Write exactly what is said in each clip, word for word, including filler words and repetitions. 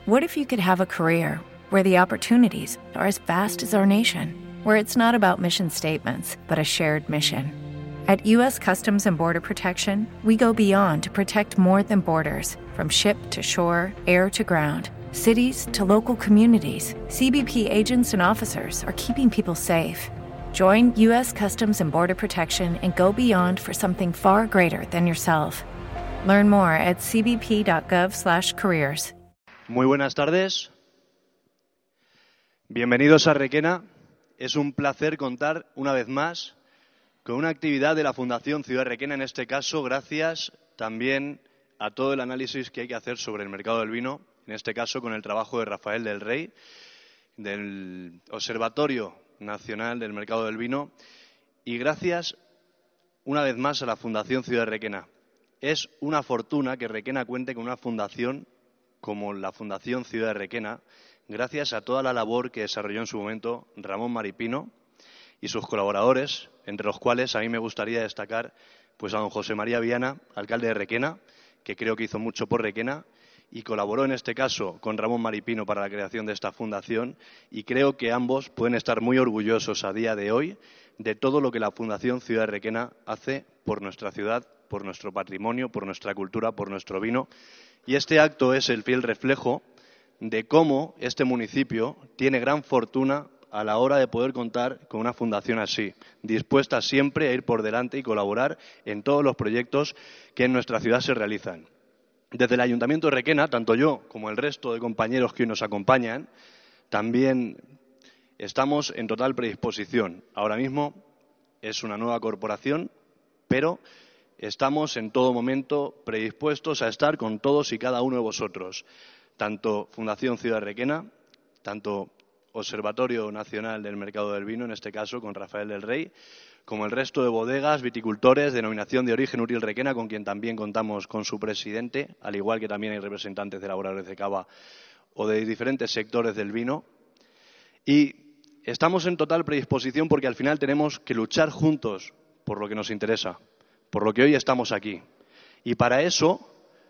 What if you could have a career where the opportunities are as vast as our nation, where it's not about mission statements, but a shared mission? At U S Customs and Border Protection, we go beyond to protect more than borders. From ship to shore, air to ground, cities to local communities, C B P agents and officers are keeping people safe. Join U S Customs and Border Protection and go beyond for something far greater than yourself. Learn more at c b p dot gov slash careers. Muy buenas tardes. Bienvenidos a Requena. Es un placer contar una vez más con una actividad de la Fundación Ciudad Requena, en este caso gracias también a todo el análisis que hay que hacer sobre el mercado del vino, en este caso con el trabajo de Rafael del Rey, del Observatorio Nacional del Mercado del Vino, y gracias una vez más a la Fundación Ciudad Requena. Es una fortuna que Requena cuente con una fundación como la Fundación Ciudad Requena, gracias a toda la labor que desarrolló en su momento Ramón Maripino y sus colaboradores, entre los cuales a mí me gustaría destacar pues a don José María Viana, alcalde de Requena, que creo que hizo mucho por Requena y colaboró en este caso con Ramón Maripino para la creación de esta fundación, y creo que ambos pueden estar muy orgullosos a día de hoy de todo lo que la Fundación Ciudad Requena hace por nuestra ciudad, por nuestro patrimonio, por nuestra cultura, por nuestro vino. Y este acto es el fiel reflejo de cómo este municipio tiene gran fortuna a la hora de poder contar con una fundación así, dispuesta siempre a ir por delante y colaborar en todos los proyectos que en nuestra ciudad se realizan. Desde el Ayuntamiento de Requena, tanto yo como el resto de compañeros que hoy nos acompañan, también estamos en total predisposición. Ahora mismo es una nueva corporación, pero estamos en todo momento predispuestos a estar con todos y cada uno de vosotros, tanto Fundación Ciudad Requena, tanto Observatorio Nacional del Mercado del Vino, en este caso con Rafael del Rey, como el resto de bodegas, viticultores, denominación de origen Uriel Requena, con quien también contamos con su presidente, al igual que también hay representantes de elaboradores de cava o de diferentes sectores del vino. Y estamos en total predisposición porque al final tenemos que luchar juntos por lo que nos interesa, por lo que hoy estamos aquí. Y para eso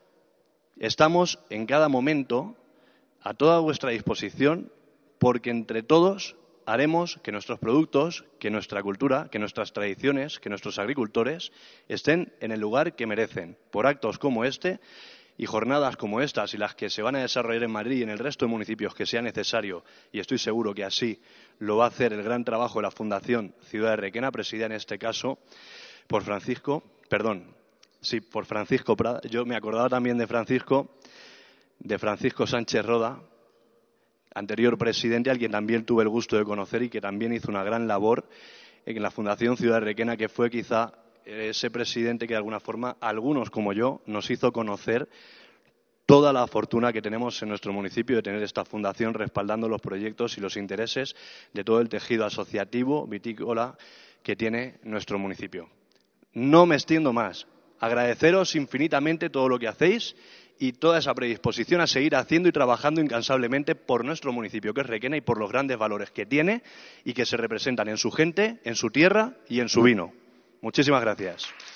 estamos en cada momento a toda vuestra disposición, porque entre todos haremos que nuestros productos, que nuestra cultura, que nuestras tradiciones, que nuestros agricultores estén en el lugar que merecen, por actos como este y jornadas como estas y las que se van a desarrollar en Madrid y en el resto de municipios que sea necesario, y estoy seguro que así lo va a hacer el gran trabajo de la Fundación Ciudad de Requena, presidida en este caso por Francisco, perdón, sí, por Francisco Prada. Yo me acordaba también de Francisco, de Francisco Sánchez Roda, anterior presidente, al que también tuve el gusto de conocer y que también hizo una gran labor en la Fundación Ciudad Requena, que fue quizá ese presidente que de alguna forma, algunos como yo, nos hizo conocer toda la fortuna que tenemos en nuestro municipio de tener esta fundación respaldando los proyectos y los intereses de todo el tejido asociativo, vitícola, que tiene nuestro municipio. No me extiendo más. Agradeceros infinitamente todo lo que hacéis y toda esa predisposición a seguir haciendo y trabajando incansablemente por nuestro municipio, que es Requena, y por los grandes valores que tiene y que se representan en su gente, en su tierra y en su vino. Muchísimas gracias.